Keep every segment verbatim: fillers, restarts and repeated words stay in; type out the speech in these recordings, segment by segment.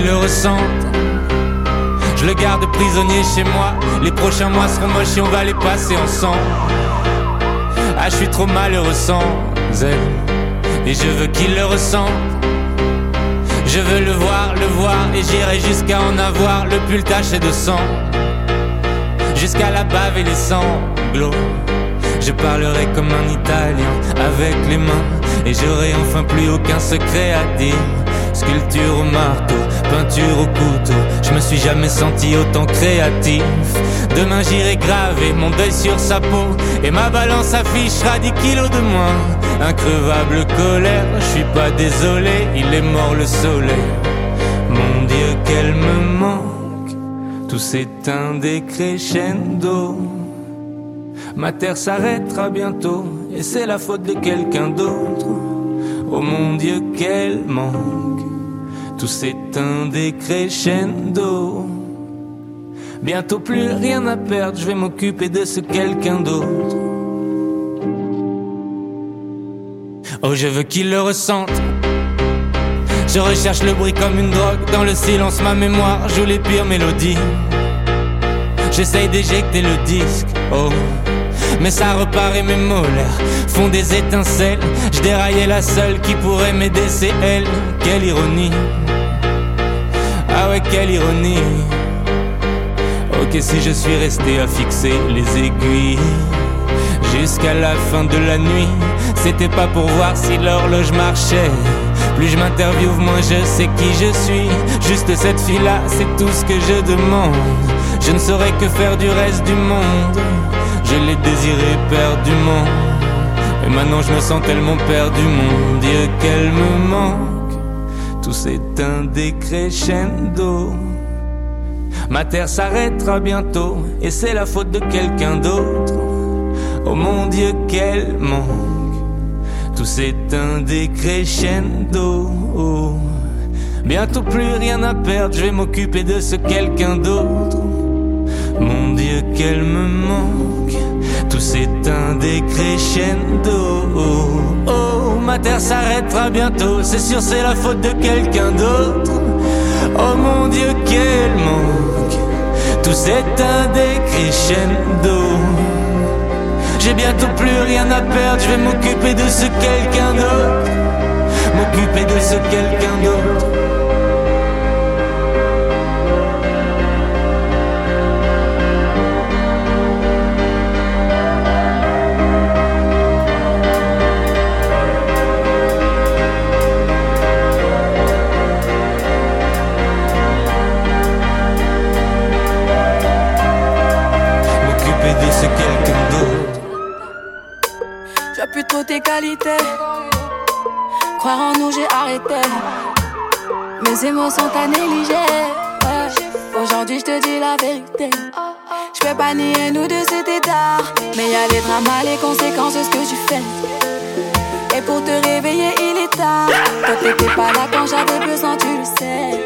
le ressentent. Je le garde prisonnier chez moi. Les prochains mois seront moches et on va les passer ensemble. Ah, je suis trop malheureux sans elle, et je veux qu'il le ressente. Je veux le voir, le voir, et j'irai jusqu'à en avoir le pull taché de sang, jusqu'à la bave et les sanglots. Je parlerai comme un Italien avec les mains, et j'aurai enfin plus aucun secret à dire. Sculpture au marteau, peinture au couteau, je me suis jamais senti autant créatif. Demain j'irai graver mon deuil sur sa peau, et ma balance affichera dix kilos de moins. Increvable colère, je suis pas désolé, il est mort le soleil. Mon Dieu qu'elle me manque, tout s'éteint des crescendo. Ma terre s'arrêtera bientôt, et c'est la faute de quelqu'un d'autre. Oh mon Dieu qu'elle manque, tout s'éteint des crescendo. Bientôt plus rien à perdre, je vais m'occuper de ce quelqu'un d'autre. Oh, je veux qu'il le ressente. Je recherche le bruit comme une drogue. Dans le silence ma mémoire joue les pires mélodies. J'essaye d'éjecter le disque, oh, mais ça repart et mes molaires font des étincelles. Je déraillais la seule qui pourrait m'aider, c'est elle. Quelle ironie, ah ouais quelle ironie. Ok, si je suis resté à fixer les aiguilles jusqu'à la fin de la nuit, c'était pas pour voir si l'horloge marchait. Plus je m'interviewe, moins je sais qui je suis. Juste cette fille-là, c'est tout ce que je demande. Je ne saurais que faire du reste du monde. Je l'ai désiré perdument, et maintenant je me sens tellement perdu. Mon Dieu qu'elle me manque, tout s'éteint des crescendo. Ma terre s'arrêtera bientôt, et c'est la faute de quelqu'un d'autre. Oh mon Dieu qu'elle manque, tout s'éteint des crescendo. Oh. Bientôt plus rien à perdre, je vais m'occuper de ce quelqu'un d'autre. Mon Dieu qu'elle me manque, tout s'éteint des crescendo. Oh, oh, ma terre s'arrêtera bientôt, c'est sûr c'est la faute de quelqu'un d'autre. Oh mon Dieu qu'elle manque, tout s'éteint des crescendo. J'ai bientôt plus rien à perdre, je vais m'occuper de ce quelqu'un d'autre. M'occuper de ce quelqu'un d'autre. Plus trop tes qualités, croire en nous j'ai arrêté. Mes émotions t'as négligé, ouais. Aujourd'hui je te dis la vérité. Je peux pas nier nous deux c'était tard, mais y'a les dramas, les conséquences de ce que tu fais. Et pour te réveiller il est tard. Toi t'étais pas là quand j'avais besoin, tu le sais.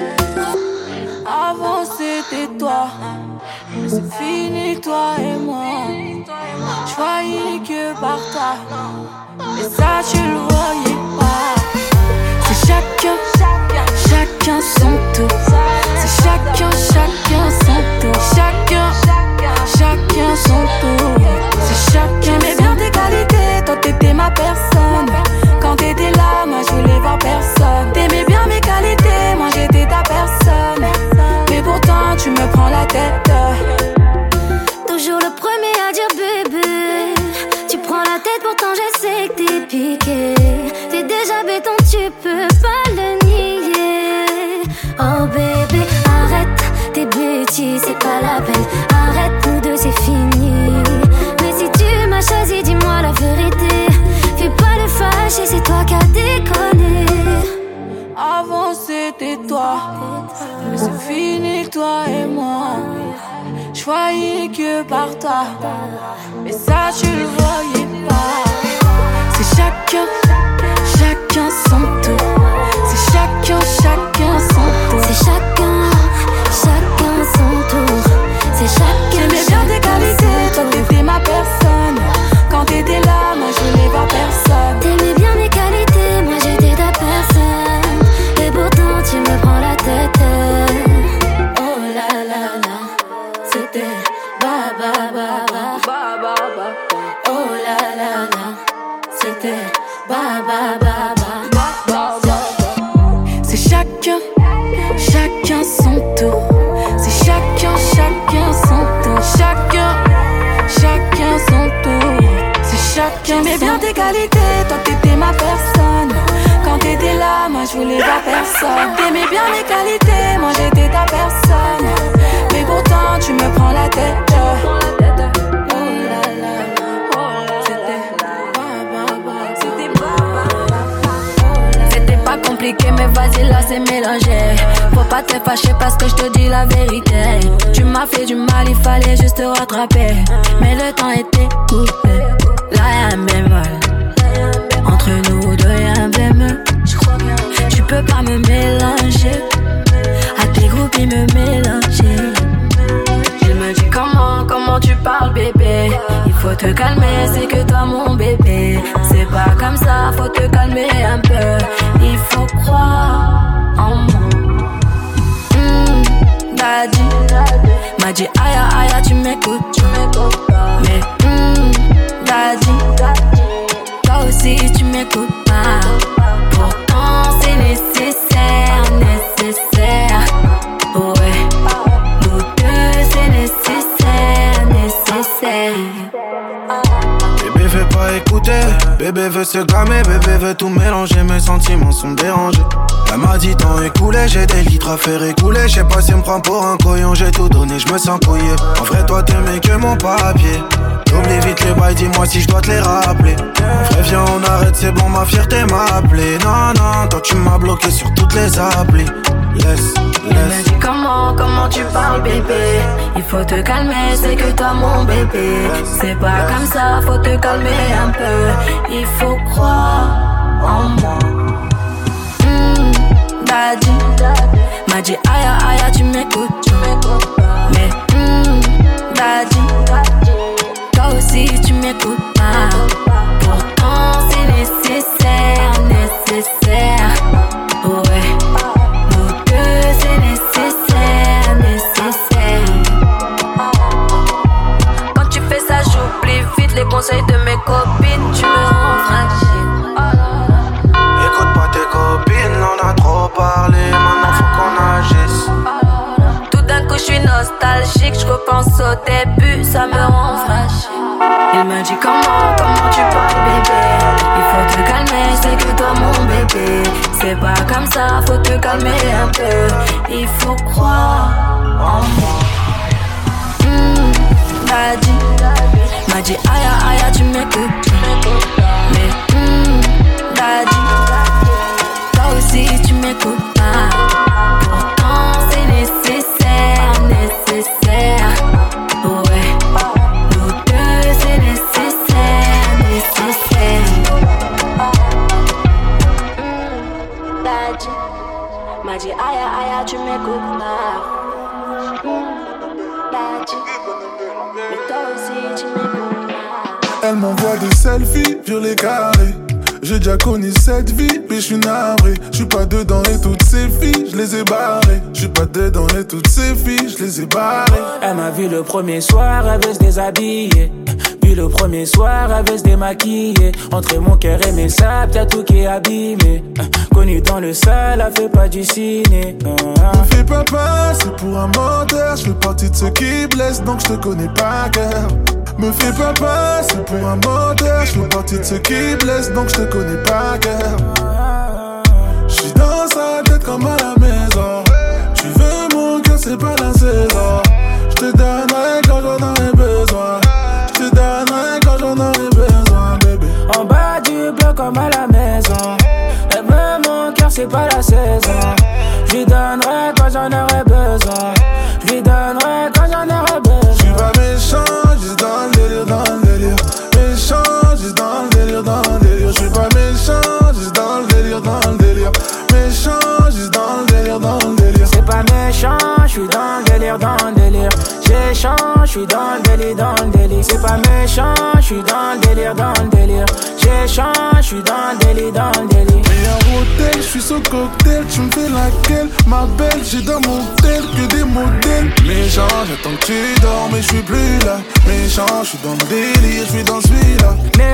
Avant c'était toi, c'est fini toi et moi. Je voyais que par toi, et ça tu le voyais pas. C'est chacun, chacun son tour. C'est chacun, chacun son tour. Chacun, chacun son tour. C'est chacun. J'aimais bien tes qualités, toi t'étais ma personne. Quand t'étais là, moi je voulais voir personne. T'aimais bien mes qualités, moi j'étais ta personne. Mais pourtant tu me prends la tête. Toujours le premier à dire bébé. Tu prends la tête, pourtant je sais que t'es piqué. T'es déjà béton, tu peux pas le nier. Oh bébé, arrête tes bêtises, c'est pas la peine. Arrête, nous deux c'est fini. Mais si tu m'as choisi, dis-moi la vérité. Fais pas le fâché, c'est toi qui as déconné. Avant c'était toi, mais c'est fini toi et moi. Je voyais que par toi, mais ça tu le voyais pas. C'est chacun, chacun son tour. C'est chacun, chacun son tour. C'est chacun, chacun son tour. C'est chacun. J'aimais bien tes qualités, toi t'étais ma personne. Quand t'étais là, moi je voulais voir personne. T'aimais bien mes qualités, moi j'étais ta personne. Et pourtant tu me prends la tête. la la la. C'était ba ba ba ba ba ba ba. C'est chacun, chacun son tour. C'est chacun, chacun son tour. Chacun, chacun son tour. C'est chacun. J'aimais bien tes qualités, toi t'étais ma personne. Quand t'étais là, moi je voulais pas personne. T'aimais bien mes qualités, moi j'étais ta personne. Mais pourtant tu me prends la tête. Oh là là, c'était c'était c'était pas compliqué, mais vas-y là c'est mélangé. Faut pas te fâcher parce que je te dis la vérité. Tu m'as fait du mal, il fallait juste te rattraper. Mais le temps était coupé. Là y'a un bémol. Entre nous deux y'a un bémol. Tu peux pas me mélanger. À tes groupes ils me mélanger. Il me dit comment, comment tu parles bébé. Il faut te calmer, c'est que toi mon bébé. C'est pas comme ça, faut te calmer un peu. Il faut croire en moi. Mmh, daddy m'a dit aïe aïe tu m'écoutes. Mais mmh, daddy toi aussi tu m'écoutes pas. Pourtant c'est nécessaire, nécessaire. Ouais, nous deux c'est nécessaire, nécessaire. Bébé veut pas écouter, bébé veut se calmer, bébé veut tout mélanger, mes sentiments sont dérangés. Elle m'a dit temps écoulé, j'ai des litres à faire écouler. Je sais pas si elle me prend pour un couillon, j'ai tout donné, je me sens couillé. En vrai toi t'aimais que mon papier. Oublie vite les bails, dis-moi si je dois te les rappeler. En vrai viens on arrête, c'est bon ma fierté m'a appelé. Non non, toi tu m'as bloqué sur toutes les applis. Laisse, laisse. Elle me dit comment, comment tu parles bébé. Il faut te calmer, c'est que toi mon bébé. C'est pas comme ça, faut te calmer un peu. Il faut croire en moi. Mmh, daddy m'a dit aïe aïe tu m'écoutes. Mais mmh, daddy toi aussi tu m'écoutes pas. Pourtant c'est nécessaire, nécessaire. Ouais, nous deux c'est nécessaire, nécessaire. Quand tu fais ça j'oublie vite les conseils de mes copines. Tu me rends fragile. Écoute pas tes copines, on a trop parlé. Maintenant faut qu'on agisse. Tout d'un coup je suis nostalgique, je repense au début, ça me rend fragile. Il me dit comment, comment tu parles bébé. Il faut te calmer, c'est que toi mon bébé. C'est pas comme ça, faut te calmer un peu. Il faut croire en moi. Mmh, daddy m'a dit aïe aïe tu m'écoutes. Mais mmh, daddy toi aussi tu m'écoutes pas. Pourtant c'est nécessaire, nécessaire. Ouais, nous deux c'est nécessaire, nécessaire. Mmh, daddy m'a dit aïe aïe tu m'écoutes pas. Mmh, daddy mais toi aussi tu m'écoutes pas. Elle m'envoie des selfies, violet carré. J'ai déjà connu cette vie, mais je suis navré. Je suis pas dedans et toutes ces filles, je les ai barrées. Je suis pas dedans et toutes ces filles, je les ai barrées. Elle m'a vu le premier soir, elle veut se déshabiller. Puis le premier soir, elle veut se démaquiller. Entre mon cœur et mes sables, y'a tout qui est abîmé. Connu dans le sale, elle fait pas du ciné. Me fais pas peur, c'est pour un menteur. Je fais partie de ceux qui blessent, donc je te connais pas cœur. Me fais pas peur, c'est pour un menteur. Je fais partie de ceux qui blessent, donc je te connais pas cœur. J'suis dans sa tête comme à la maison. Tu veux mon cœur, c'est pas la saison. J'te donnerai quand j'en aurai besoin. J'te donnerai quand j'en aurai besoin, bébé. En bas du bloc comme à la maison. Elle veut mon cœur, c'est pas la saison. J'lui donnerai quand j'en aurai besoin. J'lui donnerai quand j'en aurai besoin. J'suis pas méchant, juste dans le délire, dans le délire. Méchant, juste dans le délire, dans le délire. J'suis pas méchant, juste dans le délire, dans le délire. Méchant, juste dans le délire, dans le délire. C'est pas méchant, j'suis dans le délire, dans le délire. J'échange, j'suis dans le délire, dans le délire. C'est pas méchant, j'suis dans le délire, dans le délire. J'échange, j'suis dans le délire, dans le délire. Et un hôtel, j'suis sur cocktail, tu me fais laquelle, ma belle, j'ai dans mon tel que des modèles. Méchant, j'attends que tu dors, mais j'suis plus là. Méchant, j'suis dans le délire, j'suis dans celui-là.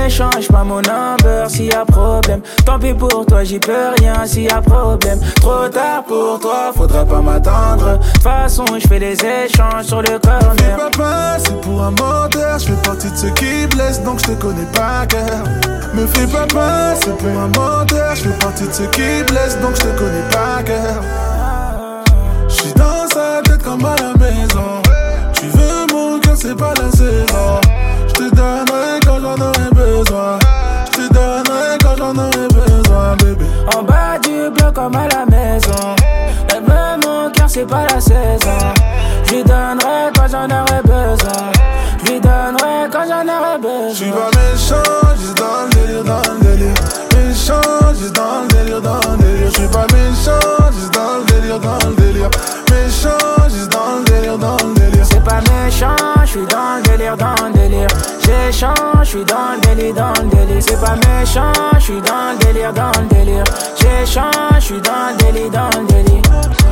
pas mon number s'il y a problème. Tant pis pour toi, j'y peux rien s'il y a problème. Trop tard pour toi, faudra pas m'attendre. De toute façon, je fais des échanges sur le corner. Fais pas passer pour un menteur, je fais partie de ceux qui blessent, donc je te connais pas cœur. Me fais pas passer pour un menteur, je fais partie de ceux qui blessent, donc je te connais pas cœur. J'suis dans sa tête comme à la maison. Tu veux mon cœur, c'est pas la saison. J'te donnerai quand j'en aurai besoin. J'te donnerai quand j'en aurai besoin, bébé. En bas du bloc comme à la maison. Elle veut mon cœur, c'est pas la saison. J'lui donnerai quand j'en aurai besoin. J'lui donnerai quand j'en aurai besoin. J'suis pas méchant, juste dans le délire, dans le délire. Méchant, juste dans le délire, dans le délire. J'suis pas méchant, juste dans le délire, dans le délire. Méchant, juste dans le délire, dans le délire. C'est pas méchant, j'suis dans le délire, dans le délire. J'échange, j'suis dans le délire, dans le délire. C'est pas méchant, j'suis dans le délire, dans le délire. J'échange, j'suis dans le délire, dans le délire.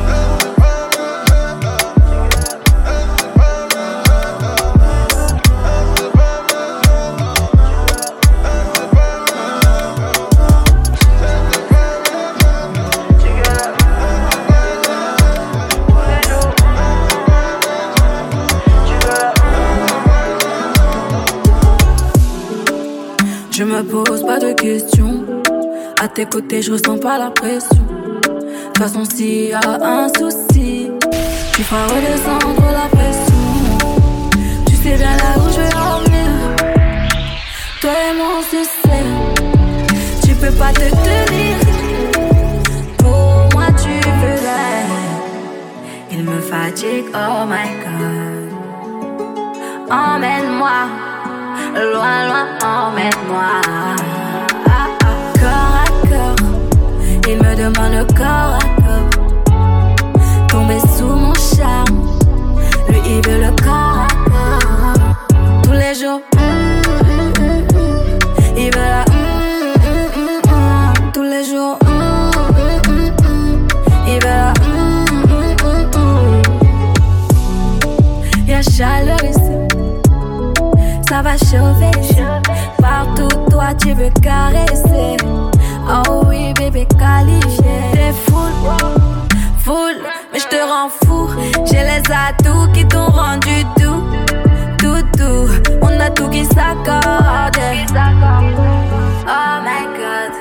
Je me pose pas de questions. À tes côtés, je ressens pas la pression. De toute façon, s'il y a un souci, tu feras redescendre la pression. Tu sais bien là où je vais en venir. Toi et moi, on se sait. Tu peux pas te tenir. Pour moi, tu veux l'air. Il me fatigue, oh my god. Emmène-moi. Loin, loin, emmène-moi. Ah, ah. Corps à corps, il me demande corps à corps. Tomber sous mon charme, lui il veut le corps à corps. Tous les jours, mm, mm, mm, mm. Il veut la mm, mm, mm, mm. Tous les jours, mm, mm, mm, mm. Il veut la mm, mm, mm, mm. Y'a chaleur ici. Ça va chauffer, partout toi tu veux caresser. Oh oui bébé qualifié. T'es full, full, mais je te rends fou. J'ai les atouts qui t'ont rendu tout, tout, tout. On a tout qui s'accorde. Oh my god.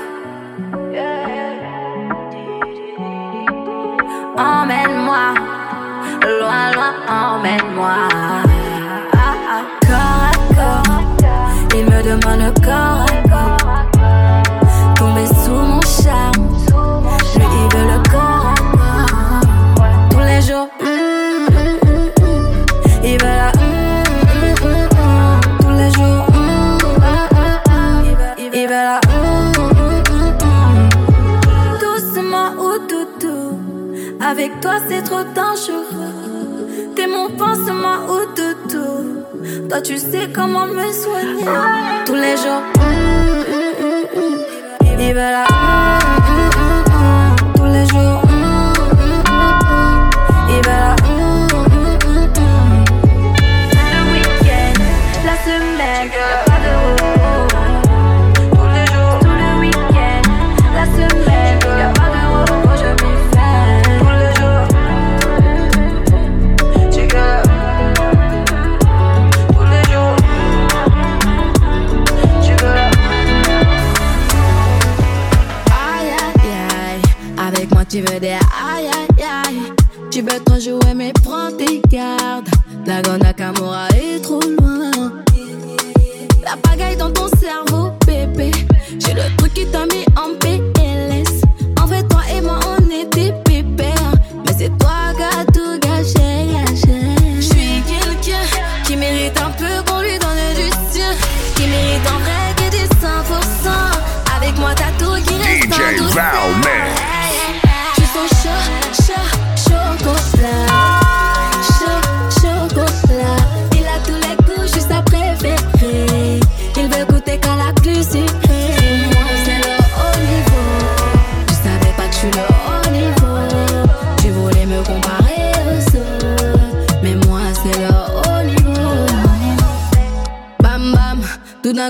Emmène-moi, loin, loin, emmène-moi. Il me demande corps à corps. Tomber sous mon charme, lui il veut le corps à corps. Tous les jours, mm, mm, mm, mm. Il veut la mm, mm, mm, mm. Tous les jours, mm, mm, mm. Il veut la mm, mm, mm. Doucement ou toutou, avec toi c'est trop dangereux. T'es mon pansement ou toutou. Toi tu sais comment me soigner. Tous les jours, mm, mm, mm, mm. Il veut la mm, mm, mm, mm. Tous les jours, mm, mm, mm, mm. Il veut la mm, mm, mm, mm. Le week-end, la semaine, y'a pas de repos. Tous les jours, tout le week-end, la semaine, y'a pas de repos. Je m'y fais. Tous les jours, tu gueules. Tu veux des aïe aïe aïe. Tu veux trop jouer mais prends tes gardes. La grande Nakamura est trop loin. La pagaille dans ton cerveau bébé. J'ai le truc qui t'a mis en P L S. En fait toi et moi on était pépères. Mais c'est toi qui as tout gâché, gâché. J'suis quelqu'un qui mérite un peu qu'on lui donne du sien. Qui mérite en vrai que du cent pour cent. Avec moi t'as tout qui reste en douceur. Chaud, chaud, chocolat. Chaud, chocolat. Il a tous les goûts, juste à préférer. Il veut goûter quand la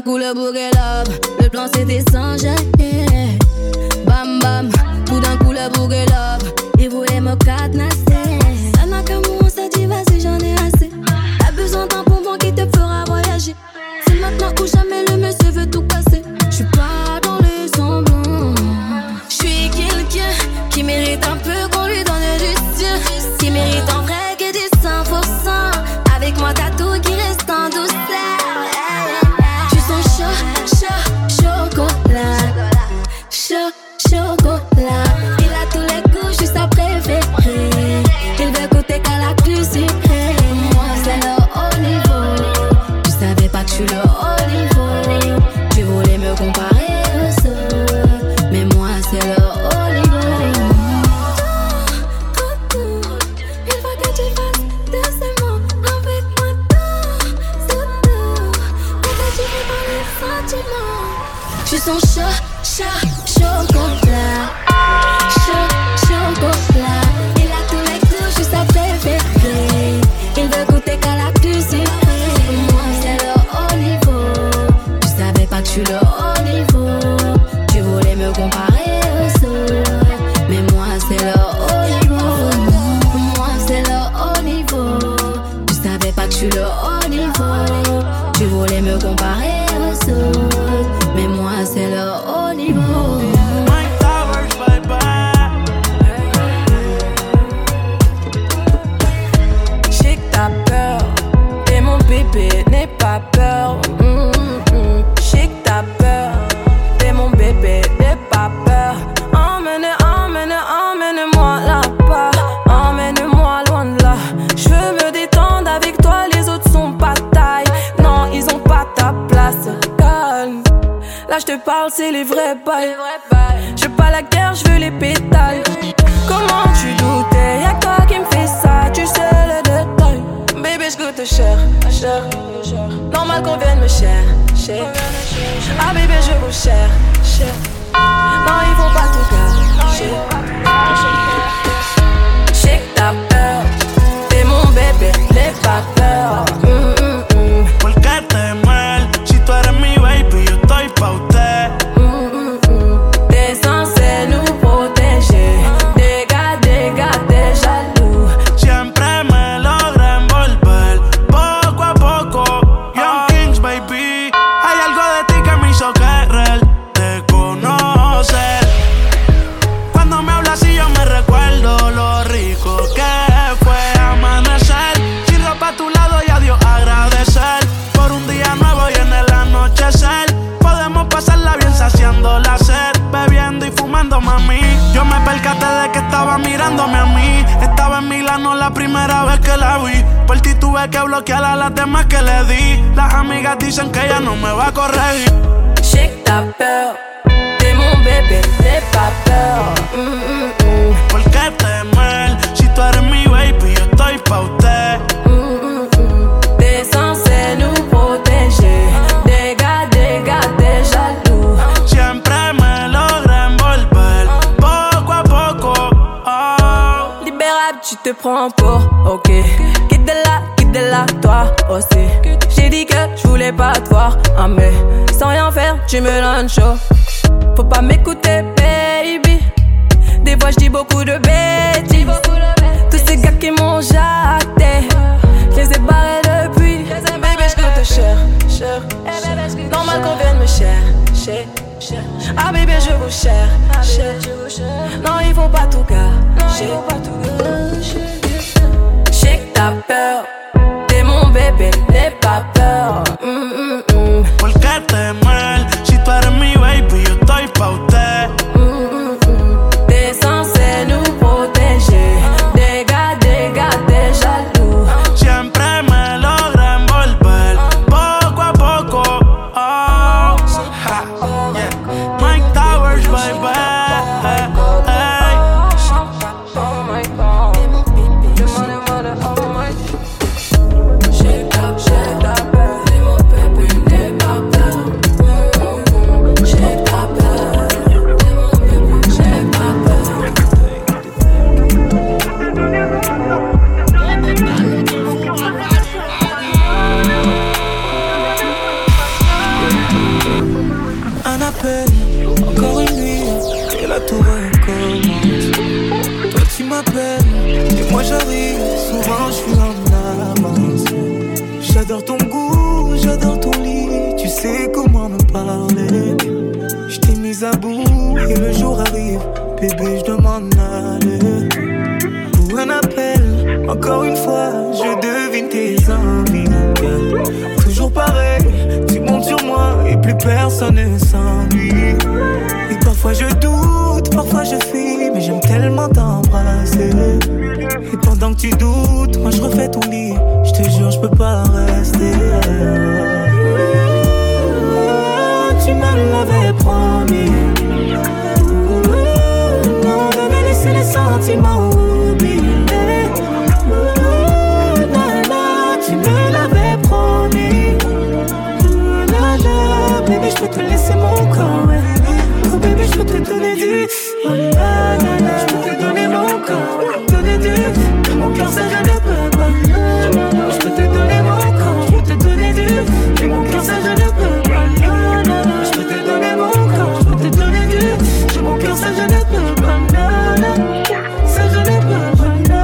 coup le bouquet love. Le plan c'était sans gêner. Bam bam, tout d'un coup le bouquet love. Il voulait me cadenasser. Ça n'a qu'un mot, on s'est dit vas-y j'en ai assez. T'as besoin d'un bonbon qui te fera voyager. C'est maintenant ou jamais, le monsieur veut tout casser. J'suis pas dans les semblants. J'suis quelqu'un qui mérite un peu qu'on lui donne du Dieu. Qui mérite en vrai que du cent pour cent. Avec moi t'as tout qui reste en douceur. J'suis son chaud, chaud, chocolat. Chaud, chocolat. Il a tous les goûts, j'suis sa préférée. Il veut goûter qu'à la plus sucrée. Moi c'est le haut niveau. Tu savais pas que j'suis le haut niveau. Tu voulais me comparer au sol. Mais moi c'est le haut niveau. Il faut que tu fasses de ces mots avec moi tout, tout. Et que tu fais pas les sentiments. J'suis son chat, chat, chocolat. Chaud, chocolat. Il a tous les goûts, j'suis sa préférée. Il veut goûter qu'à la plus sucrée. Moi c'est le haut niveau. Tu savais pas que j'suis le haut niveau. Tu voulais me comparer au sol. Mais moi c'est le haut niveau. Moi c'est le haut niveau. Tu savais pas que j'suis le haut niveau. Tu voulais me comparer au sol. Mais moi c'est le haut niveau. Bébé, n'aie pas peur. Mm-hmm. J'sais que t'as peur. T'es mon bébé, n'aie pas peur. Emmène, emmène, emmène-moi là-bas. Emmène-moi loin de là. J'veux me détendre avec toi, les autres sont pas taille. Non, ils ont pas ta place. Calme. Là j'te parle, c'est les vrais bails. J'veux pas la guerre, j'veux les pétales. Comment tu doutais? Y'a que toi qui me fais ça, tu sais les détails. Bébé, j'goûte cher, cher. Normal qu'on vienne me chercher. Ah bébé, je vous cherche. Non, il faut pas tout cacher. J'sais que t'as peur. T'es mon bébé, n'aie pas peur. mm, mm, mm. Porque te mal, si tú eres mi baby, yo estoy pa' usted. mm, mm, mm. T'es censé nous protéger. Des gars, des gars, t'es jaloux. Siempre me logra envolver, poco a poco. Young Kings, baby. Hay algo de ti que me hizo querer te conocer. Cuando me hablas y yo me recuerdo lo rico que fue amanecer. Sin ropa a tu lado y a Dios agradecer por un día nuevo y en el anochecer. Podemos pasarla bien saciando la sed, bebiendo y fumando, mami. Yo me percaté de que estaba mirándome a mí. Estaba en Milano la primera vez que la vi. Por ti tuve que bloquear a las demás que le di. Las amigas dicen que ella no me va a corregir. J'sais que t'as peur. T'es mon bébé, n'aie pas peur. mm, mm, mm. Porque te mal, si tú eres mi baby, yo estoy pa' usted. mm, mm, mm. T'es censé nous protéger. Des gars, des gars, t'es jaloux. Siempre me logra envolver, poco a poco. Oh. Libérable, tu te prends pour ok. Quitte de là, quitte de là, toi aussi. J'ai dit que je voulais pas te voir, ah mais sans rien faire, tu me donnes chaud. Faut pas m'écouter, baby. Des fois j'dis beaucoup de bêtises. Tous ces gars qui m'ont jacté, je les ai barrés depuis. Baby, j'coûte cher, cher. Normal qu'on vienne me chercher. Ah bébé, je vous cherche. Non, il faut pas tout gâcher. J'sais que t'as peur. T'es mon bébé, n'aie pas peur. mm, mm, mm. Porque te mal, si tú eres mi baby, yo estoy pa' usted. mm, mm, mm. T'es censé nous protéger. Des gars, des gars, t'es jaloux. Siempre me logra envolver, poco a poco. Oh. Ha. Yeah. Mike Towers, baby. Hey. Oh my God. The money, money, oh my God. Shake up, shake up, t'es mon bébé, n'aie pas peur. appel, encore une nuit, et la tour recommence. Toi tu m'appelles, et moi j'arrive, souvent je suis en avance. J'adore ton goût, j'adore ton lit, tu sais comment me parler. Je t'ai mise à bout, et le jour arrive, bébé je dois m'en aller. Pour un appel, encore une fois, je devine tes envies. Toujours pareil, tu montes sur moi et plus personne ne s'ennuie. Et parfois je doute, parfois je fuis, mais j'aime tellement t'embrasser. Et pendant que tu doutes, moi je refais ton lit. Je te jure, je peux pas rester. Tu me l'avais promis. Non, on devait laisser les sentiments oubliés. Tu me l'avais promis. La la, bébé, je peux te laisser mon corps, ouais. Oh bébé, je peux te donner du. Oh la la la, je peux te donner mon corps, donner du. Mon cœur ça je ne peux pas. Je peux te donner mon corps, je peux te donner du. Et mon cœur ça je ne peux pas. Je peux te donner mon corps, je peux te donner du. Et mon cœur ça je ne peux pas. Ça je ne peux pas.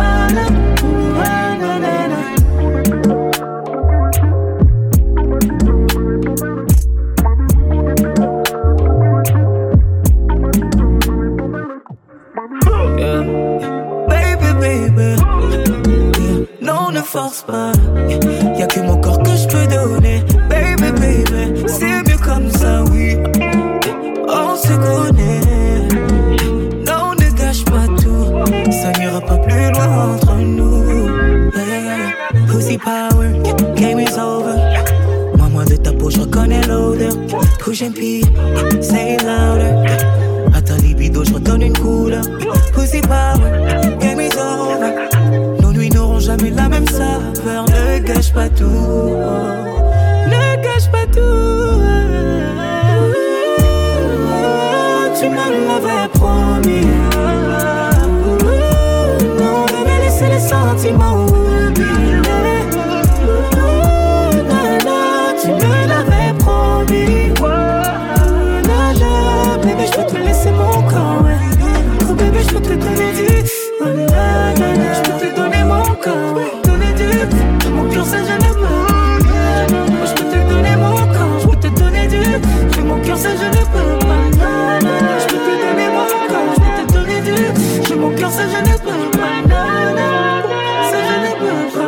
Force pas, y'a que mon corps que je peux donner. Baby, baby, c'est mieux comme ça, oui. On se connaît. Non, ne gâche pas tout. Ça n'ira pas plus loin entre nous. Yeah. Pussy power, game is over. Moi, moi de ta peau, je reconnais l'odeur. Push and pee, say it louder. À ta libido, je redonne une couleur. Pussy power, game is over. Jamais la même saveur, ne gâche pas tout, ne gâche pas tout. Tu me l'avais promis. Non, on devait laisser les sentiments oubliés. Tu me l'avais promis. La la, bébé, je peux te laisser mon corps, ouais. Oh bébé, je peux te donner du. Oh la la la, je peux te donner mon corps, donner du. Mon cœur ça je ne peux. Je peux te donner mon corps, je peux te donner du. Mon cœur ça je ne peux pas. Je peux te donner mon corps, je peux te donner du. Mon cœur ça je ne peux pas. Ça je ne peux pas.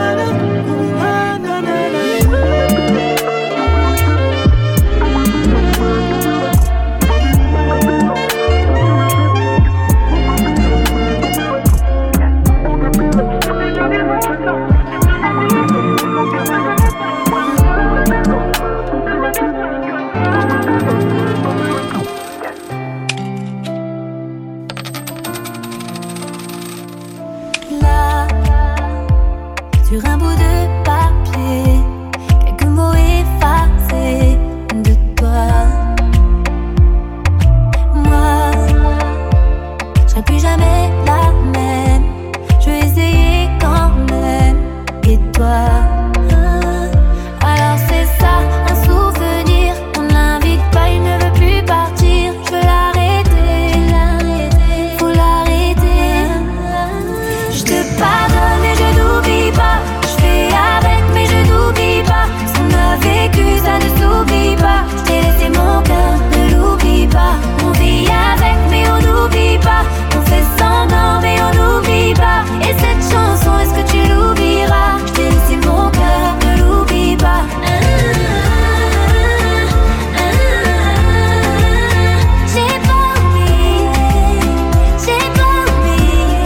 Sur un bout de papier, quelques mots effacés de toi. Moi, je serai plus jamais la même. Je vais essayer quand même. Et toi, alors c'est ça, un souvenir. On l'invite pas, il ne veut plus partir. Je veux l'arrêter, faut l'arrêter. Je te pardonne et je n'oublie pas. Je fais avec mais je n'oublie pas. Ce qu'on a vécu ça ne s'oublie pas. Je t'ai laissé mon cœur, ne l'oublie pas. On vit avec mais on n'oublie pas. On fait semblant mais on n'oublie pas. Et cette chanson, est-ce que tu l'oublieras? Je t'ai laissé mon cœur, ne l'oublie pas. J'ai pas oublié, j'ai pas oublié.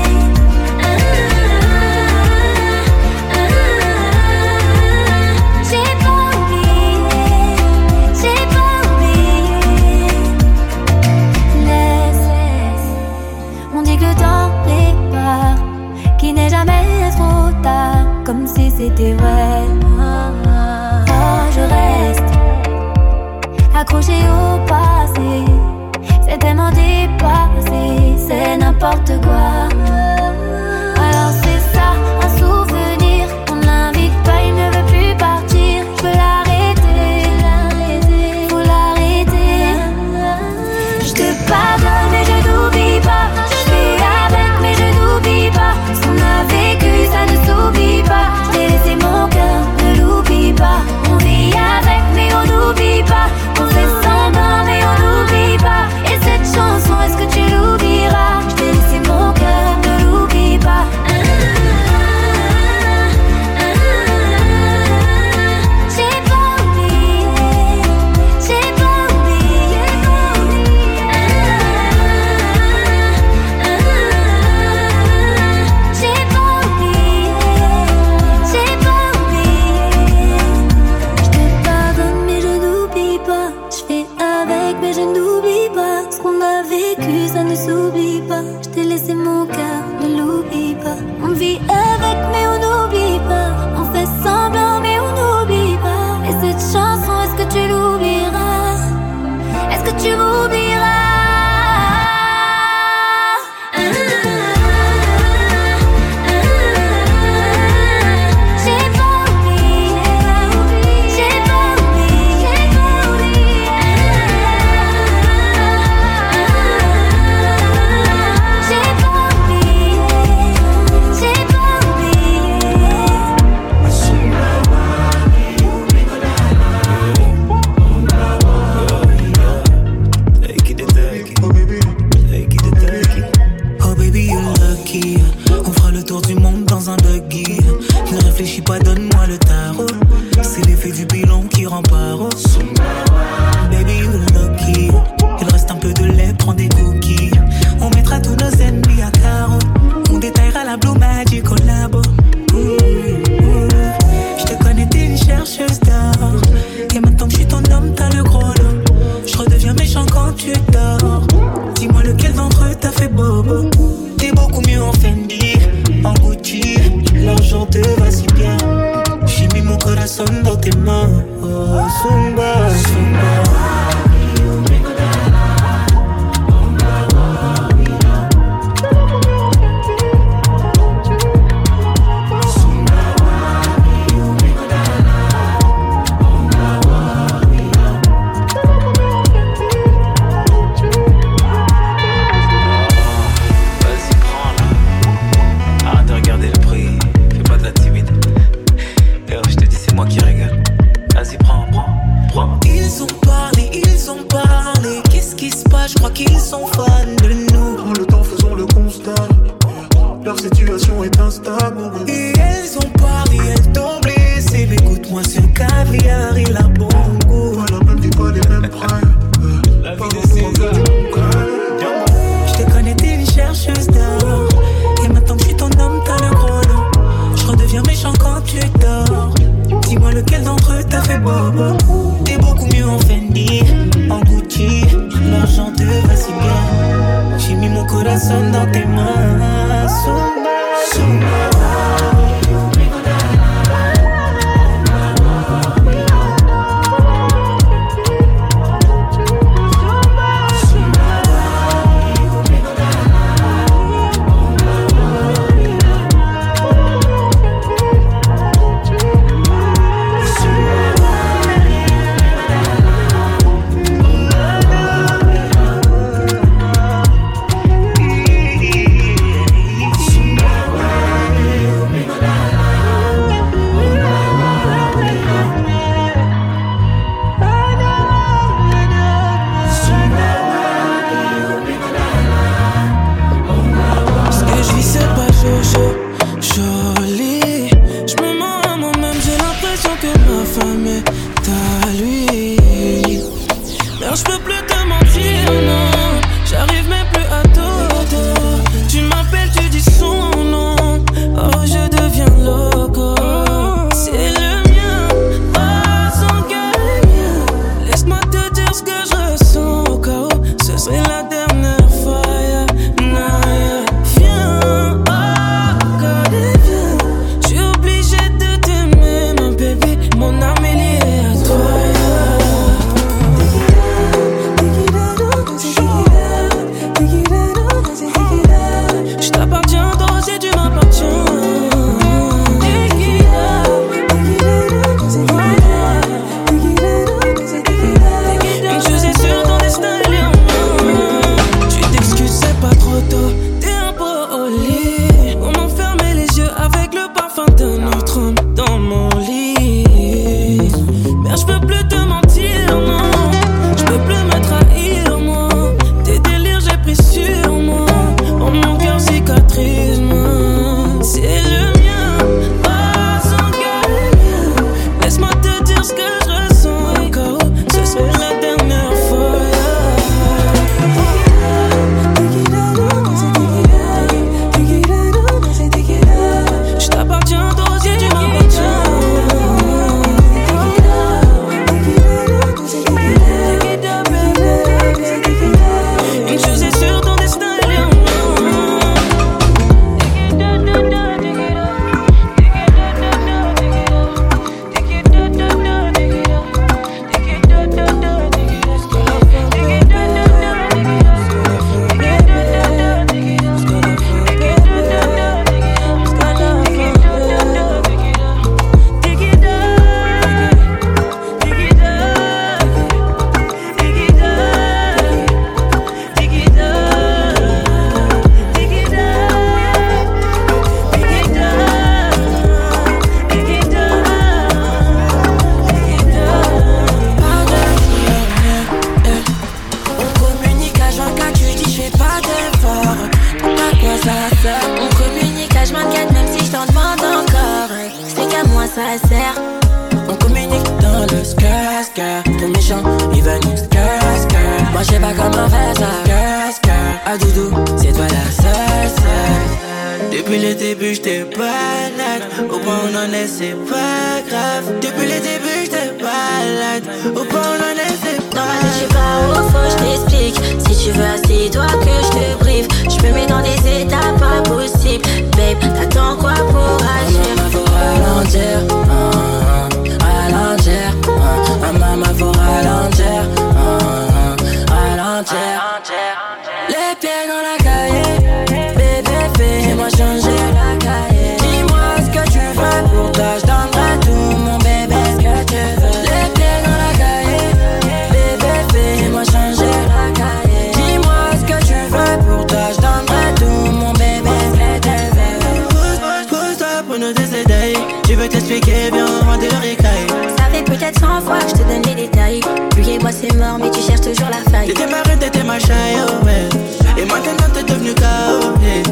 J'ai pas oublié, j'ai pas oublié. Laisse, on dit que le temps prépare, qu'il n'est jamais trop tard, comme si c'était vrai. Oh, je reste accroché au passé, c'est tellement dépassé, c'est n'importe quoi. Alors c'est ça, un souvenir, on l'invite pas, il ne veut plus partir. Je veux l'arrêter, faut l'arrêter. pas. Je fais avec, mais je n'oublie pas. Ce qu'on a vécu, ça ne s'oublie pas. Je t'ai laissé mon cœur, ne l'oublie pas. On vit avec, mais on n'oublie pas. On fait semblant, mais on n'oublie pas. Et cette chanson, est-ce que tu l'oublieras? Est-ce que tu m'oublieras? Réfléchis pas, donne-moi le tarot. C'est l'effet du bilan qui rend paro. Baby, you lucky. Il reste un peu de lait, prends des cookies. On mettra tous nos ennemis à carreau. On détaillera la Blue Magic collabo. Je te connais, t'es une chercheuse d'or. Et maintenant que je suis ton homme, t'as le gros lot. Je redeviens méchant quand tu dors. Dis-moi lequel d'entre eux t'a fait bobo. T'es beaucoup mieux en Fendi, en Gucci. L'argent te va si bien. J'ai mis mon corazon dans tes mains. Oh, Zumba, Zumba. venu skirt, skirt. Moi je sais pas comment faire ça. Skirt, skirt. Ah doudou, c'est toi la seule, seule. Depuis le début j'étais balade. Au point où on en est c'est pas grave. Depuis le début j'étais balade. Au point où on en est c'est pas grave. Je sais pas où faut je t'explique. Si tu veux assis-toi que je te briefe. Je me mets dans des états pas possibles. Babe, t'attends quoi pour agir? Maman faut ralentir, uh, ralentir, uh, maman faut ralentir, uh, ralentir. Les pieds dans la cahier, bébé fais-moi changer la cahier. Dis-moi ce que tu veux, pour toi je donnerai tout mon bébé, ce que tu veux. Les pieds dans la cahier, bébé fais-moi changer la cahier. Dis-moi ce que tu veux, pour toi je donnerai tout mon bébé, ce que tu veux. Pousse, pousse, toi pour nous décider. Je veux t'expliquer bien avant de le réclamer. Ça fait peut-être cent fois que je te donne les détails. Lui et moi c'est mort mais tu cherches toujours la faille. T'étais ma reine, t'étais ma chaille, oh ouais. Et maintenant t'es devenu K O, yeah.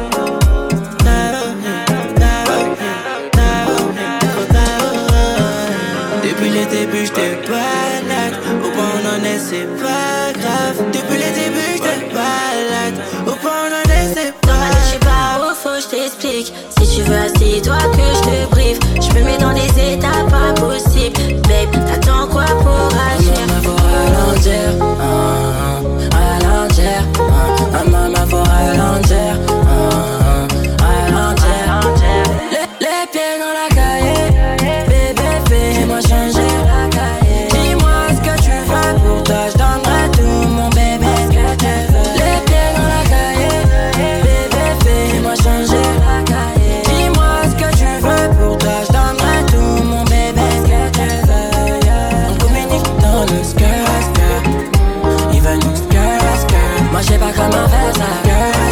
Depuis le début j'étais balade. Au point où on en est c'est pas grave. Depuis le début j'étais balade. Au point où on en est c'est pas grave. Je sais pas où faut je t'explique. Si tu veux assis-toi que je te briefe. Je me mets dans des états pas possibles. Babe, t'attends quoi pour agir? Maman faut ralentir, uh, ralentir, uh, maman faut ralentir, uh, ralentir. Les, les pieds dans la cahier, bébé fais-moi changer la cahier. Dis-moi ce que tu veux, pour toi je donnerai tout mon bébé, ce que tu veux. Les pieds dans la cahier, bébé fais-moi changer la cahier. Dis-moi ce que tu veux, pour toi je donnerai tout mon bébé, ce que tu veux, yeah. On communique dans le skirt, skirt. Il veut nous skirt, skirt. Moi je sais pas comment faire ça. Skirt,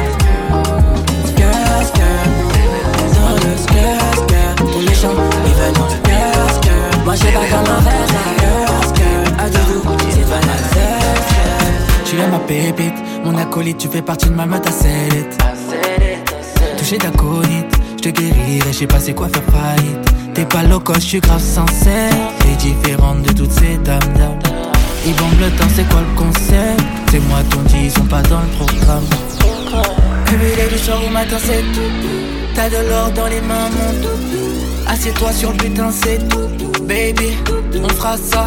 skirt. Skirt, skirt. Dans le skirt, skirt. Pour les champs, il veut nous skirt, skirt. Moi je sais pas comment faire ça. Skirt, skirt. À doudou, c'est pas la seule, skirt. Tu es ma pépite, mon acolyte, tu fais partie de ma meute à cellette. Touché d'aconite, je te guérirai, je sais pas c'est quoi faire faillite. T'es pas loco, je suis grave sincère. T'es différente de toutes ces dames, dames. Ils bombent le temps, c'est quoi le concept? C'est moi ton dit, ils sont pas dans le programme. Réveillé du soir au matin, c'est tout. T'as de l'or dans les mains, mon doudou. Assieds-toi sur le putain, c'est tout. Baby, on fera ça.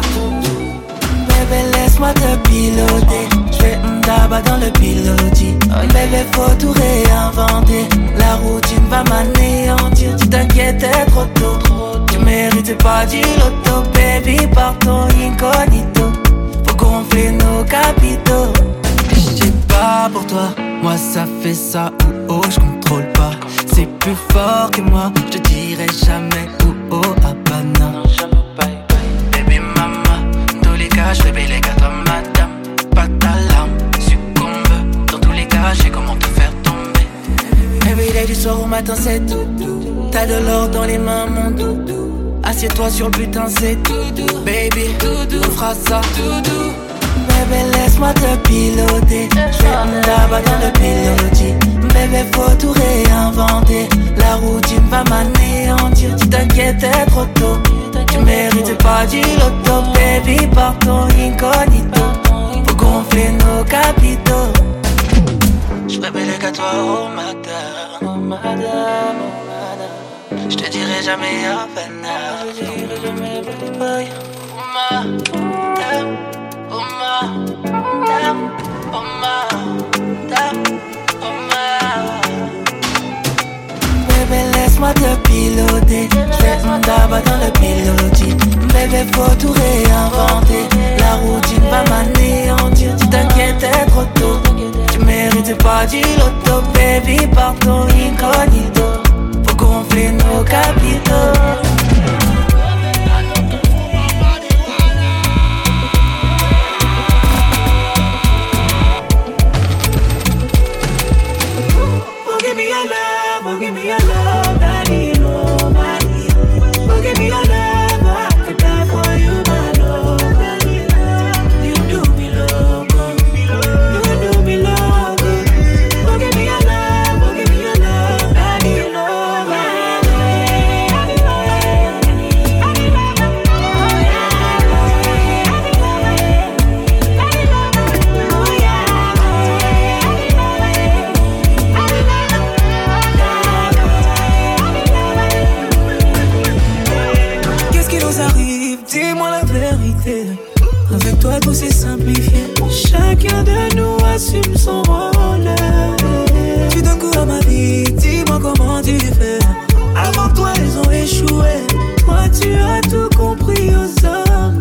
Bébé, laisse-moi te piloter. J'fais m'daba dans le pilotis. Bébé, faut tout réinventer. La routine va m'anéantir. Tu t'inquiètes, t'es trop tôt. Tu mérites pas du loto. Baby, partons incognito. Faut gonfler nos capitaux. J'sais pas pour toi, moi ça fait ça ou oh, j'contrôle pas. C'est plus fort que moi, je te dirai jamais ou oh, Habana. Baby mama, dans tous les cas, je réveille les gars, toi madame. Pas ta larme, succombe. Dans tous les cas, je sais comment te faire tomber. Réveillé du soir au matin, c'est tout. T'as de l'or dans les mains, mon doudou. Assieds-toi sur le putain, c'est tout. Baby, on fera ça. Bébé, laisse-moi te piloter. J'fais m'daba dans le pilotis. Bébé, faut tout réinventer. La routine va m'anéantir. Tu t'inquiètes, t'es trop tôt. Tu mérites pas du loto. Baby, partons incognito. Faut gonfler nos capitaux. J'fais les gars, toi, oh madame. Oh madame, oh madame. J'te dirai jamais Havana. J'te dirai jamais bye bye. Oh madame. Oh madame, oh madame, oh madame. Bébé, laisse-moi te piloter. J'fais m'daba dans le pilotis. Bébé, faut tout réinventer. La routine va m'anéantir. Tu t'inquiètes, t'es trop tôt. Tu mérites pas du loto. Baby, partons incognito. Faut gonfler nos capitaux. Give me your love, oh give me your love, I need nobody. Oh give me your love, oh I could die for you, my love, I need love. c'est simplifié. Chacun de nous assume son rôle. Tu donnes goût à ma vie, dis-moi comment tu fais. Avant toi ils ont échoué. Toi tu as tout compris aux hommes.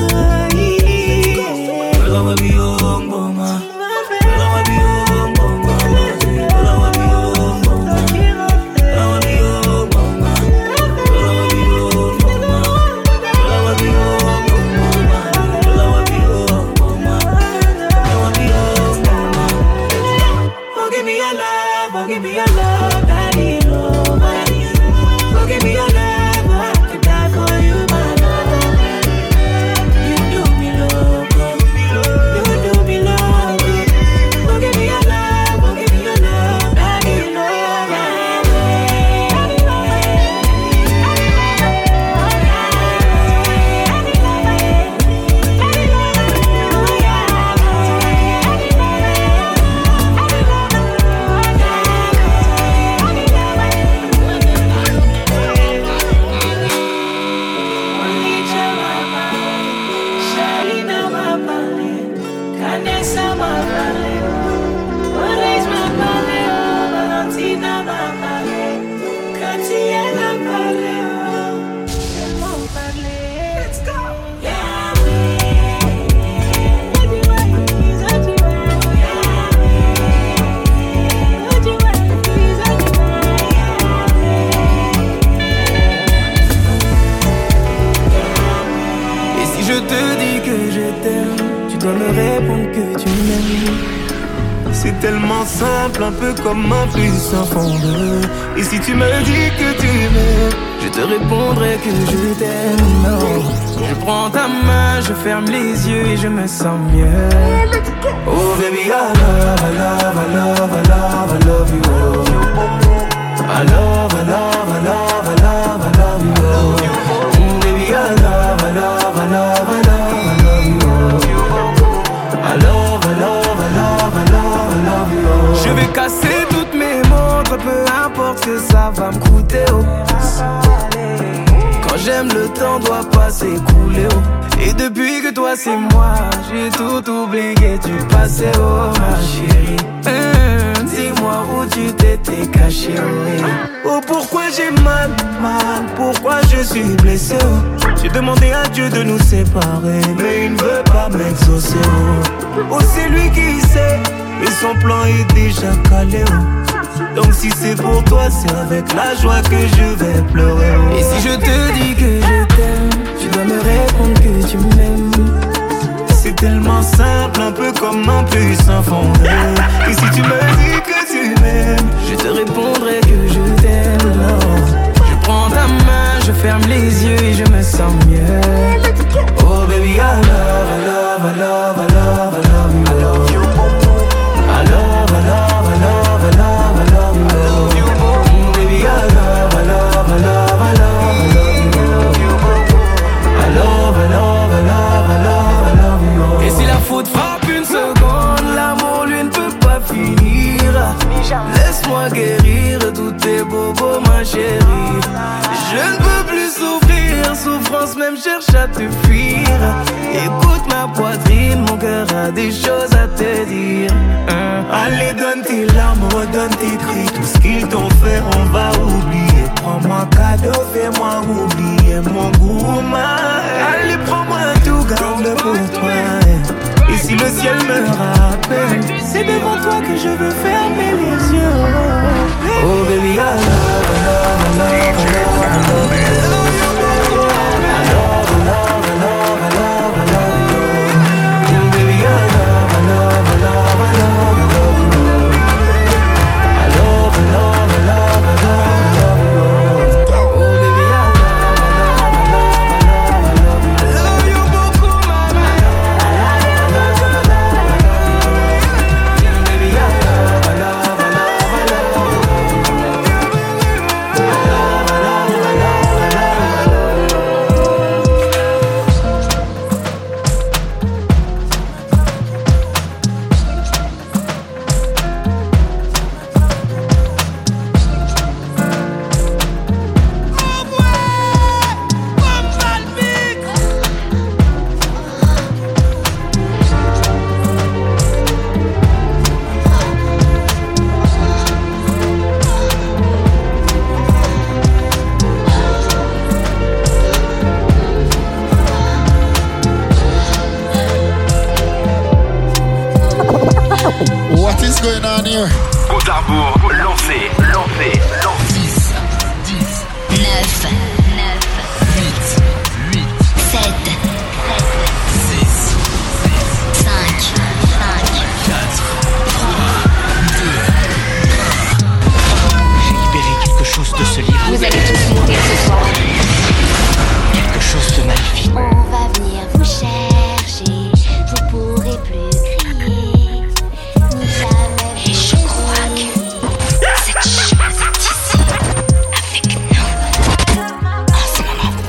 Un peu comme un plus sans fondeur. Et si tu me dis que tu m'aimes, je te répondrai que je t'aime. Non, je prends ta main, je ferme les yeux et je me sens mieux. Oh baby, I love, I love, I love, I love, I love you. I love, I love, I love, I love, I love you. Oh baby, I love, I love, I love, I love, I love you. I love, I love, I love, I love, I love you. Je vais casser toutes mes montres, peu importe ce que ça va me coûter. Oh. Quand j'aime, le temps doit pas s'écouler. Oh. Et depuis que toi c'est moi, j'ai tout oublié du passé. Oh ma chérie, mmh, dis-moi où tu t'étais caché. Oh, oh pourquoi j'ai mal, mal, pourquoi je suis blessé. Oh. J'ai demandé à Dieu de nous séparer, mais il ne veut pas m'exaucer. Oh, oh c'est lui qui sait. Et son plan est déjà calé, oh. Donc si c'est pour toi, c'est avec la joie que je vais pleurer, oh. Et si je te dis que je t'aime, tu dois me répondre que tu m'aimes. C'est tellement simple, un peu comme un puissant fondeur. Et si tu me dis que tu m'aimes, je te répondrai que je t'aime, non. Je prends ta main, je ferme les yeux et je me sens mieux. Oh baby, I love, I love, I love, I love, I love you, I love you. I love, I love, I love, I love, I love you, I love you. Mm, baby, I love, I love, I love, I love, I love you. I love, I love, I love, I love, I love you. Et si la faute frappe une seconde, l'amour lui ne peut pas finir. Laisse-moi guérir tous tes bobos, ma chérie. Je ne peux plus souffrir, souffrance même cherche à te fuir. Écoute ma poitrine, mon cœur a des choses à te dire. hein. Allez donne tes larmes, redonne tes cris. Tout ce qu'ils t'ont fait on va oublier. Prends-moi cadeau, fais-moi oublier mon goût, ma. Allez prends-moi tout, garde-le pour toi. Et si le ciel me rappelle, c'est devant toi que je veux fermer les yeux. Oh baby, I love, I love, I love, I love, I love you. I love, I love, I love, I love, I love you. Mm, baby, I love, I love, I love, I love, I love you. I love, I love, I love, I love, I love you. Oh baby, I love, I love, I love, I love, I love you. I love you beaucoup, mama. I love, I love, I love, I love you. Baby, I love, I love, I love, I love, I love you. I love, I love, I love, I love. going on here? Compte à rebours, lancez, lancez, lancez. dix, dix, neuf, neuf, huit, huit, sept, six, cinq, cinq, quatre, trois, deux, un. J'ai libéré quelque chose de ce livre. Vous allez tous mourir ce soir. Quelque chose de maléfique. On va venir vous chercher. Vous pourrez plus crier. Ni jamais. Et je crois que cette chose est ici, avec nous, en ce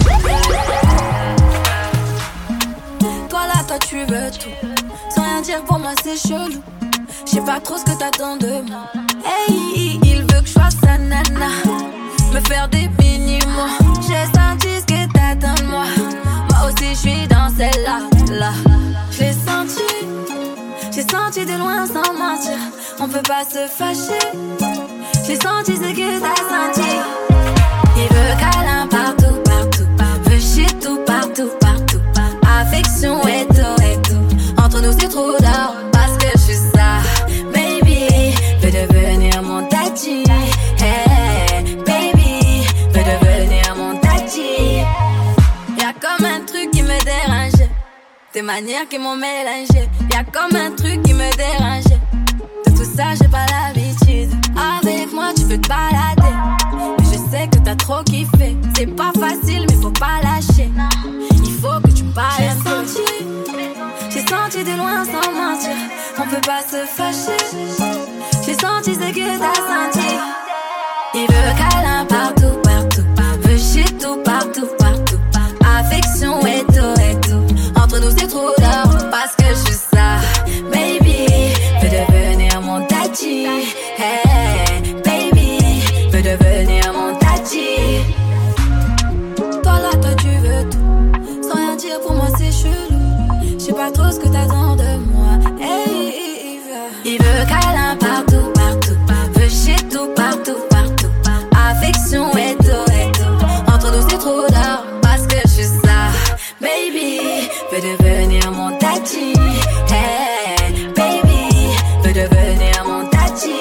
moment. Toi là, toi tu veux tout. Sans rien dire pour moi c'est chelou. Je sais pas trop ce que t'attends de moi. Hey, il veut que je fasse sa nana. Me faire des mini-mois. J'ai senti ce que t'attends de moi. Moi aussi je suis dans celle-là, là. Je l'ai senti. J'ai senti de loin sans mentir. On peut pas se fâcher. J'ai senti ce que t'as senti. Il veut câlin partout, partout, partout. Veut chier tout, partout, partout, partout. Affection et tout, et tout. Entre nous c'est trop d'or. Parce que je suis ça. Baby, veut devenir mon daddy. Hey, baby, veut devenir mon daddy. Y'a comme un truc qui me dérange. Tes manières qui m'ont mélangé. Y'a comme un truc qui me dérange. De tout ça j'ai pas l'habitude. Avec moi tu veux te balader. Mais je sais que t'as trop kiffé. C'est pas facile mais faut pas lâcher. Il faut que tu me parles. J'ai senti, j'ai senti de loin sans mentir. On peut pas se fâcher. J'ai senti ce que t'as senti. Il veut câlin partout, partout, partout. Veut chier tout, partout, partout, partout. Affection et tout, et tout. Entre nous c'est trop d'or. Parce que je suis ça. Baby, veut devenir mon daddy. Hey, baby, veut devenir mon daddy. Toi là, toi tu veux tout. Sans rien dire pour moi c'est chelou. Je sais pas trop ce que t'attends de moi. Hey, il veut, il veut câlin partout, partout, partout. Veut chier tout, partout, partout, partout. Affection et tout, et tout. Entre nous c'est trop d'or. Parce que je suis ça. Baby, veut devenir mon daddy. Hey, baby, veut devenir mon daddy.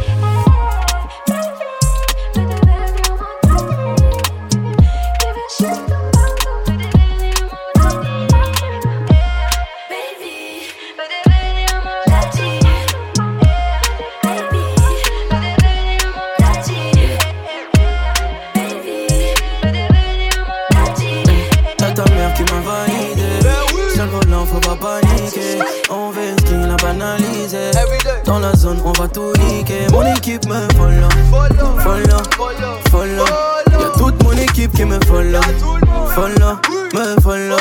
Dans la zone, on va tout niquer. Mon équipe me follow, follow, follow. Y'a toute mon équipe qui me follow, follow, me follow.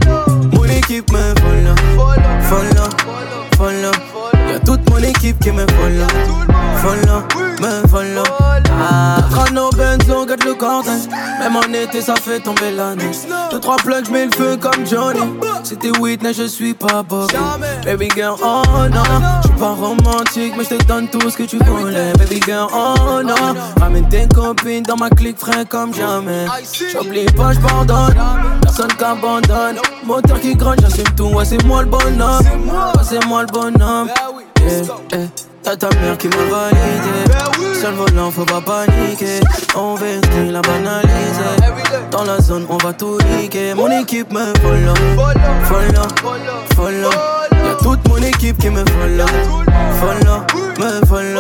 Mon équipe me follow, follow, follow. Y'a toute mon équipe qui me follow, follow, me follow. Ah, Trano Benz, on gâte le cortège. Même en été, ça fait tomber la neige. Deux, trois plugs, j'mets le feu comme Johnny. C'était Whitney, je suis pas Bob. Baby girl, oh non. J'suis pas romantique, mais j'te donne tout ce que tu voulais. Baby girl, oh non. Ramène tes copines dans ma clique, frais comme jamais. J'oublie pas, j'pardonne. Personne qu'abandonne. Moteur qui gronde, j'assume tout. Ouais, c'est moi le bonhomme. Ouais, c'est moi le bonhomme. Yeah, yeah. Y'a ta mère qui m'a validé. Seul volant, faut pas paniquer. On veut écrire la banaliser. Dans la zone, on va tout niquer. Mon équipe me follow, follow, follow. Y'a toute mon équipe qui me follow, follow, me follow.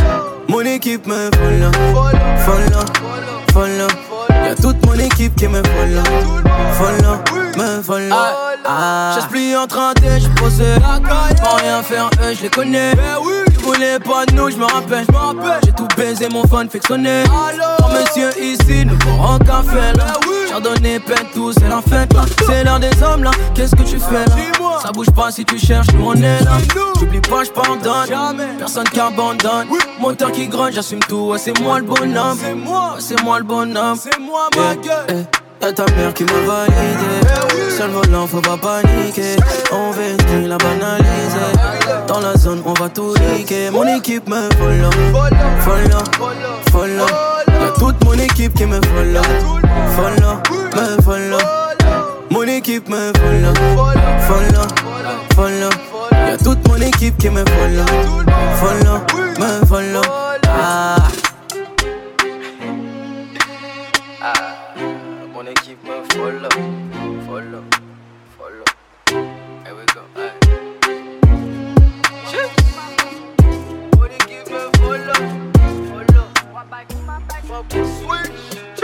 Mon équipe me follow, follow, follow. Y'a toute mon équipe qui me follow, follow, me follow. Ah, chasse plie en trentaine, j'suis posé. Pas rien faire, eux j'les connais. Tu voulais pas de nous, j'me rappelle. J'ai tout baisé, mon phone fait sonner. Oh monsieur ici, nous pourrons en café là. Chardonnay, peine, tout, c'est la fête là. C'est l'heure des hommes là, qu'est-ce que tu fais là? Ça bouge pas si tu cherches, nous on est là. J'oublie pas, j'pardonne. Personne qui abandonne. Moteur qui gronde, j'assume tout. Ouais, c'est moi le bonhomme. Ouais, c'est moi le bonhomme. C'est moi ma gueule. Y'a ta mère qui m'a validé. Seul volant, faut pas paniquer. On veut écrire la banaliser. Dans la zone, on va tout niquer. Mon équipe me follow, follow, follow. Y'a toute mon équipe qui me follow, follow, me follow. Mon équipe me follow, follow, follow. Y'a toute mon équipe qui me follow, follow, me follow. Ah. Ah, mon équipe me follow, follow, follow. Here we go. Hey. Mon équipe me follow, follow. Switch.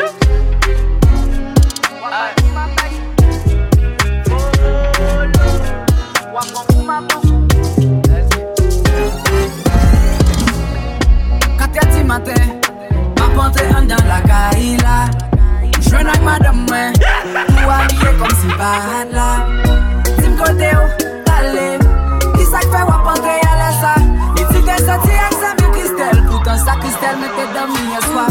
quatre heures du matin, ma pente est dans la caïla. Je n'ai que madame, moi, tout habillé comme si pas là. Tim côté où, t'allais, qui ça fait wap entrer à la ça. Les petits gars sortis avec sa vie Christelle, pourtant sa Christelle mettait dans hier soir.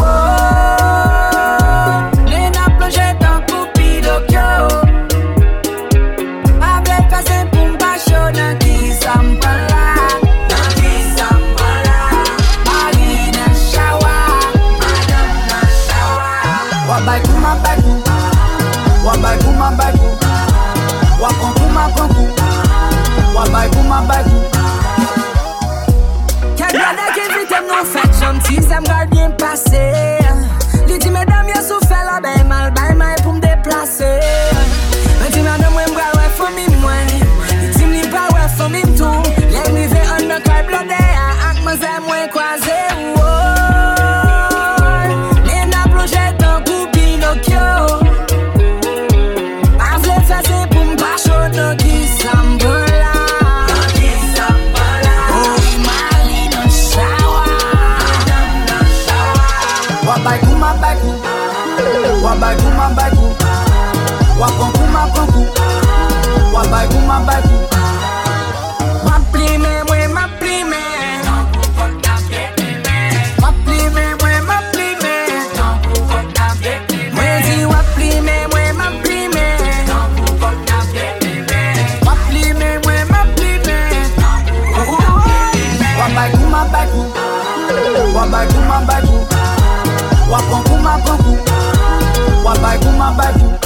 Oh, les nappes plongées dans coupi d'okyo. Avec passé pour m'bacho, dans qui ça m'pala. Dans qui ça m'pala. Marie na shawa, madame na shawa. Wabay kuma bagu, wabay kuma bagu. Wapon kuma pangu, wabay kuma bagu. Quel gars qui vit comme nous fait gentil, ça me bien passer. Lui dit mesdames, y'a souffert la bain mal, bain mal pour me déplacer. Me dit madame, moi m'bral ouais famille moi. Lui dit m'li pas ouais famille tout. Les m'rivé en un cœur blondé, ak m'zè moi croisé. Les n'a plongé dans coup Pinocchio. M'avle fait c'est pour m'bacho dans qui s'ambola. Dans qui s'ambola. Oh, Mali no shawa. Madame no shawa. Wabay kuma bagu, wabay kuma bagu. Wapon kuma pangu, wabay kuma bagu. Ma plime, moi ma plime. Ma plime, moi ma plime. Moi dis wa plime, moi ma plime. Ma plime, moi ma plime. Wabay kuma bagu, wabay kuma bagu. Wapon kuma pangu, wabay kuma bagu.